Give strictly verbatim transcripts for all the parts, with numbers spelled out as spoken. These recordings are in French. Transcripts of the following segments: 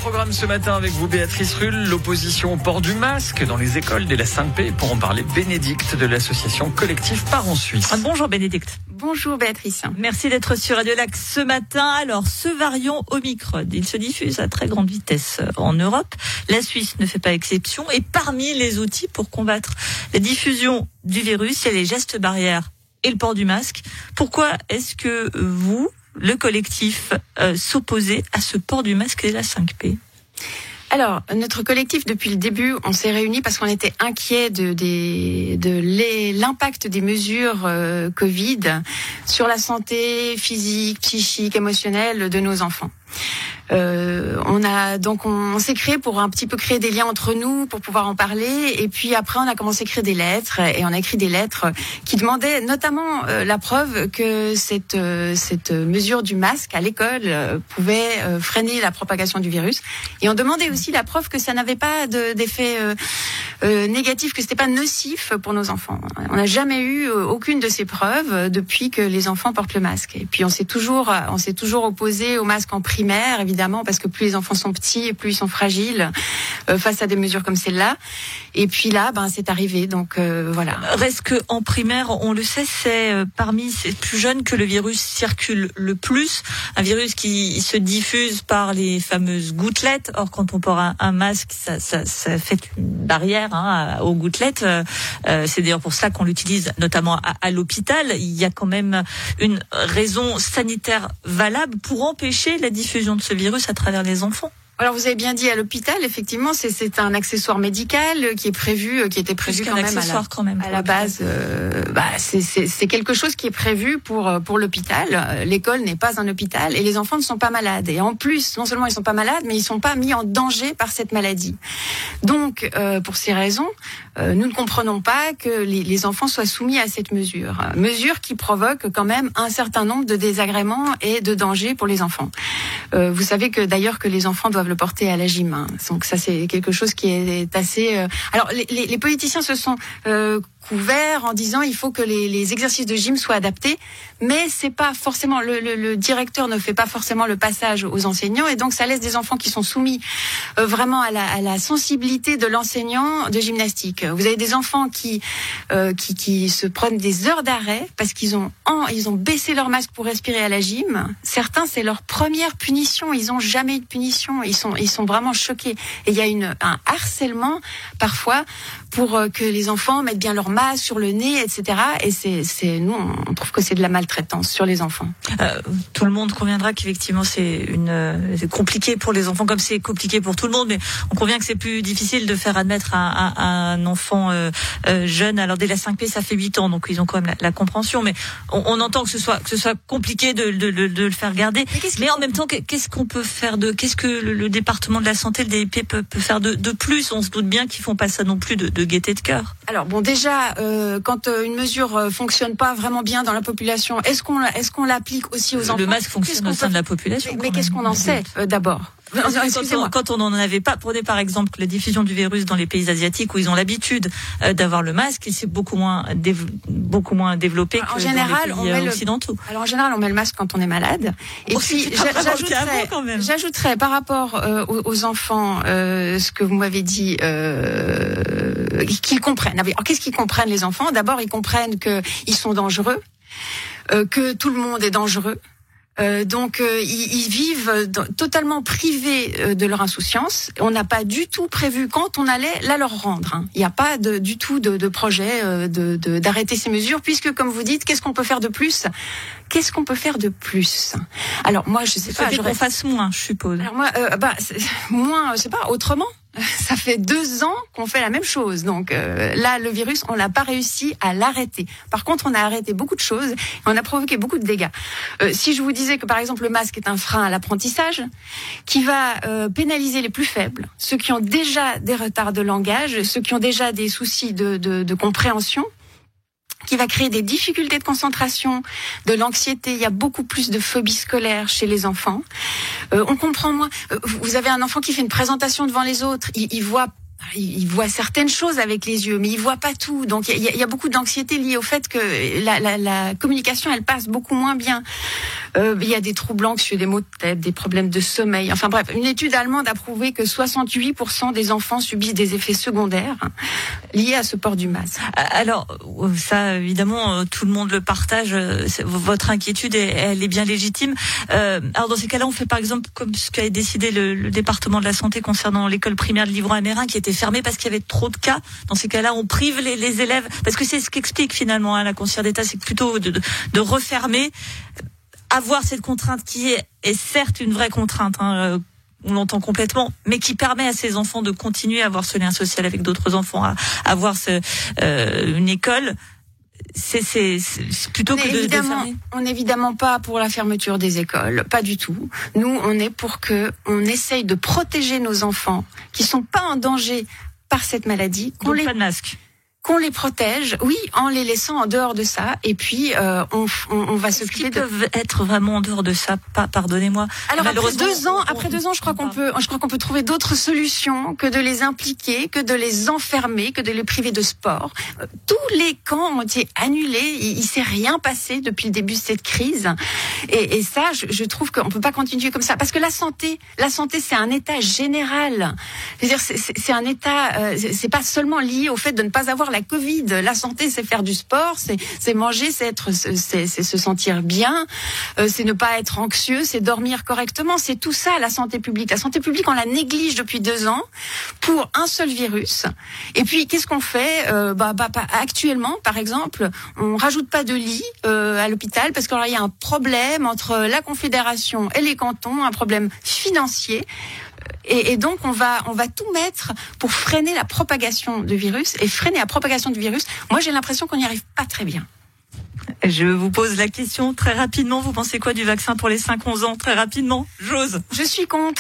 programme ce matin avec vous, Béatrice Rulle, l'opposition au port du masque dans les écoles dès la cinq P. Pour en parler, Bénédicte de l'association Collectif Parents Suisses. Bonjour Bénédicte. Bonjour Béatrice. Merci d'être sur Radio Lac ce matin. Alors, ce variant Omicron, il se diffuse à très grande vitesse en Europe. La Suisse ne fait pas exception. Et parmi les outils pour combattre la diffusion du virus, il y a les gestes barrières et le port du masque. Pourquoi est-ce que vous, le collectif, euh, s'opposez à ce port du masque dès la cinq P ? Alors, notre collectif, depuis le début, on s'est réunis parce qu'on était inquiets de, de, de les, l'impact des mesures euh, Covid sur la santé physique, psychique, émotionnelle de nos enfants. Euh, on a donc on, on s'est créé pour un petit peu créer des liens entre nous pour pouvoir en parler, et puis après on a commencé à écrire des lettres, et on a écrit des lettres qui demandaient notamment euh, la preuve que cette euh, cette mesure du masque à l'école euh, pouvait euh, freiner la propagation du virus, et on demandait aussi la preuve que ça n'avait pas de, d'effet euh, euh, négatif, que c'était pas nocif pour nos enfants. On n'a jamais eu euh, aucune de ces preuves euh, depuis que les enfants portent le masque. Et puis on s'est toujours on s'est toujours opposé au masque en primaire, évidemment, parce que plus les enfants sont petits et plus ils sont fragiles euh, face à des mesures comme celle-là. Et puis là, ben c'est arrivé. Donc euh, voilà. Reste que en primaire, on le sait, c'est euh, parmi ces plus jeunes que le virus circule le plus. Un virus qui se diffuse par les fameuses gouttelettes. Or, quand on porte un, un masque, ça, ça, ça fait une barrière hein, aux gouttelettes. Euh, c'est d'ailleurs pour ça qu'on l'utilise notamment à, à l'hôpital. Il y a quand même une raison sanitaire valable pour empêcher la diffusion de ce virus à travers les enfants. Alors vous avez bien dit à l'hôpital, effectivement, c'est c'est un accessoire médical qui est prévu, qui était prévu quand même, à la, quand même à la base. Euh, bah c'est c'est c'est quelque chose qui est prévu pour pour l'hôpital. L'école n'est pas un hôpital et les enfants ne sont pas malades. Et en plus, non seulement ils sont pas malades, mais ils sont pas mis en danger par cette maladie. Donc euh, pour ces raisons, euh, nous ne comprenons pas que les, les enfants soient soumis à cette mesure, mesure qui provoque quand même un certain nombre de désagréments et de dangers pour les enfants. Euh, vous savez que d'ailleurs que les enfants doivent le porter à la gym. Hein. Donc ça, c'est quelque chose qui est assez... Euh... Alors, les, les, les politiciens se sont euh, couverts en disant il faut que les, les exercices de gym soient adaptés, mais c'est pas forcément... Le, le, le directeur ne fait pas forcément le passage aux enseignants, et donc ça laisse des enfants qui sont soumis euh, vraiment à la, à la sensibilité de l'enseignant de gymnastique. Vous avez des enfants qui, euh, qui, qui se prennent des heures d'arrêt parce qu'ils ont, en, ils ont baissé leur masque pour respirer à la gym. Certains, c'est leur première punition. Ils n'ont jamais eu de punition. Ils sont, ils sont vraiment choqués. Et il y a une, un harcèlement parfois pour que les enfants mettent bien leur masque sur le nez, et cetera. Et c'est, c'est, nous, on trouve que c'est de la maltraitance sur les enfants. Euh, tout le monde conviendra qu'effectivement c'est une, euh, c'est compliqué pour les enfants, comme c'est compliqué pour tout le monde. Mais on convient que c'est plus difficile de faire admettre un, un, un enfant euh, euh, jeune. Alors dès la cinq P, ça fait huit ans, donc ils ont quand même la, la compréhension. Mais on, on entend que ce soit que ce soit compliqué de, de, de, de le faire garder. Mais, mais en même temps, qu'est-ce qu'on peut faire de, qu'est-ce que le, le département de la santé, le D I P peut, peut faire de, de plus? On se doute bien qu'ils font pas ça non plus de, de gaieté de cœur. Alors bon, déjà, euh, quand une mesure euh, fonctionne pas vraiment bien dans la population, est-ce qu'on est-ce qu'on l'applique aussi aux enfants? Le masque fonctionne au sein peut... de la population. Mais, mais qu'est-ce qu'on en sait euh, d'abord? Quand, quand on n'en avait pas, prenez par exemple la diffusion du virus dans les pays asiatiques où ils ont l'habitude euh, d'avoir le masque, il s'est beaucoup moins dév- beaucoup moins développé que en général, dans les pays on met occidentaux. Le, alors en général, on met le masque quand on est malade. Et oh, puis j'ajouterais, j'ajouterais par rapport euh, aux, aux enfants euh, ce que vous m'avez dit, euh, qu'ils comprennent. Alors qu'est-ce qu'ils comprennent les enfants? D'abord, ils comprennent que ils sont dangereux, euh, que tout le monde est dangereux. Euh, donc euh, ils, ils vivent dans, totalement privés euh, de leur insouciance. On n'a pas du tout prévu quand on allait la leur rendre. Hein. Il n'y a pas de, du tout de, de projet euh, de, de, d'arrêter ces mesures, puisque comme vous dites, qu'est-ce qu'on peut faire de plus? Qu'est-ce qu'on peut faire de plus? Alors moi, je sais pas. J'aurais... qu'on fasse moins, je suppose. Alors moi, euh, bah moins, je sais pas, autrement. Ça fait deux ans qu'on fait la même chose. Donc euh, là, le virus, on n'a pas réussi à l'arrêter. Par contre, on a arrêté beaucoup de choses et on a provoqué beaucoup de dégâts. Euh, si je vous disais que, par exemple, le masque est un frein à l'apprentissage, qui va euh, pénaliser les plus faibles, ceux qui ont déjà des retards de langage, ceux qui ont déjà des soucis de, de, de compréhension, qui va créer des difficultés de concentration, de l'anxiété. Il y a beaucoup plus de phobie scolaire chez les enfants. Euh, on comprend moins. Euh, vous avez un enfant qui fait une présentation devant les autres. Il, il voit il voit certaines choses avec les yeux, mais il voit pas tout. Donc il y a, il y a beaucoup d'anxiété liée au fait que la, la, la communication, elle passe beaucoup moins bien. Euh, il y a des troubles anxieux, des maux de tête, des problèmes de sommeil. Enfin bref, une étude allemande a prouvé que soixante-huit pour cent des enfants subissent des effets secondaires liés à ce port du masque. Alors, ça, évidemment, tout le monde le partage. Votre inquiétude, elle est bien légitime. Euh, alors, dans ces cas-là, on fait par exemple comme ce qu'a décidé le, le département de la santé concernant l'école primaire de Livron-Amérin, qui était fermée parce qu'il y avait trop de cas. Dans ces cas-là, on prive les, les élèves, parce que c'est ce qu'explique finalement hein, la conseillère d'État, c'est plutôt de, de, de refermer, avoir cette contrainte qui est, est certes une vraie contrainte, hein, on l'entend complètement, mais qui permet à ces enfants de continuer à avoir ce lien social avec d'autres enfants, à, à avoir ce, euh, une école. C'est, c'est, c'est plutôt on que de, de fermer. On n'est évidemment pas pour la fermeture des écoles, pas du tout. Nous, on est pour que on essaye de protéger nos enfants qui sont pas en danger par cette maladie. Qu'on Donc les... pas de masque. Qu'on les protège, oui, en les laissant en dehors de ça, et puis euh, on, on, on va Est-ce s'occuper qu'ils de. peuvent être vraiment en dehors de ça, pas, pardonnez-moi. Alors après deux ans, après deux ans, je crois qu'on peut, je crois qu'on peut trouver d'autres solutions que de les impliquer, que de les enfermer, que de les priver de sport. Tous les camps ont été annulés, il, il s'est rien passé depuis le début de cette crise, et, et ça, je, je trouve qu'on peut pas continuer comme ça, parce que la santé, la santé, c'est un état général. C'est-à-dire, c'est, c'est, c'est un état, euh, c'est, c'est pas seulement lié au fait de ne pas avoir la la Covid. La santé, c'est faire du sport, c'est, c'est manger, c'est être, c'est, c'est se sentir bien, euh, c'est ne pas être anxieux, c'est dormir correctement. C'est tout ça, la santé publique. La santé publique, on la néglige depuis deux ans pour un seul virus. Et puis, qu'est-ce qu'on fait euh, bah, bah, bah, actuellement, par exemple, on rajoute pas de lit euh, à l'hôpital parce qu'il y a un problème entre la Confédération et les cantons, un problème financier. Et, et donc on va on va tout mettre pour freiner la propagation du virus et freiner la propagation du virus. Moi j'ai l'impression qu'on n'y arrive pas très bien. Je vous pose la question très rapidement. Vous pensez quoi du vaccin pour les cinq onze ans? Très rapidement, j'ose. Je suis contre.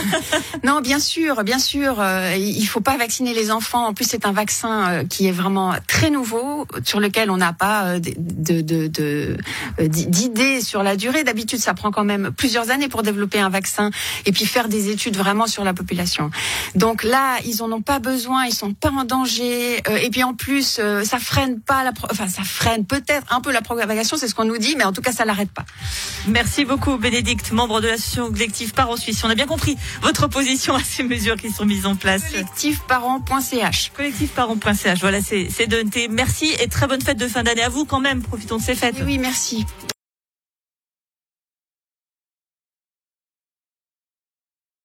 Non, bien sûr, bien sûr. Euh, il faut pas vacciner les enfants. En plus, c'est un vaccin euh, qui est vraiment très nouveau, sur lequel on n'a pas euh, de, de, de, de, euh, d'idées sur la durée. D'habitude, ça prend quand même plusieurs années pour développer un vaccin et puis faire des études vraiment sur la population. Donc là, ils en ont pas besoin. Ils sont pas en danger. Euh, et puis en plus, euh, ça freine pas la. Pro- enfin, ça freine peut-être un peu la propagation, c'est ce qu'on nous dit, mais en tout cas, ça l'arrête pas. Merci beaucoup, Bénédicte, membre de l'association collective Parents Suisse. On a bien compris votre opposition à ces mesures qui sont mises en place. collectif parents point c h. collectif parents point c h. Voilà, c'est, c'est donné. Merci et très bonne fête de fin d'année à vous quand même. Profitons de ces fêtes. Et oui, merci.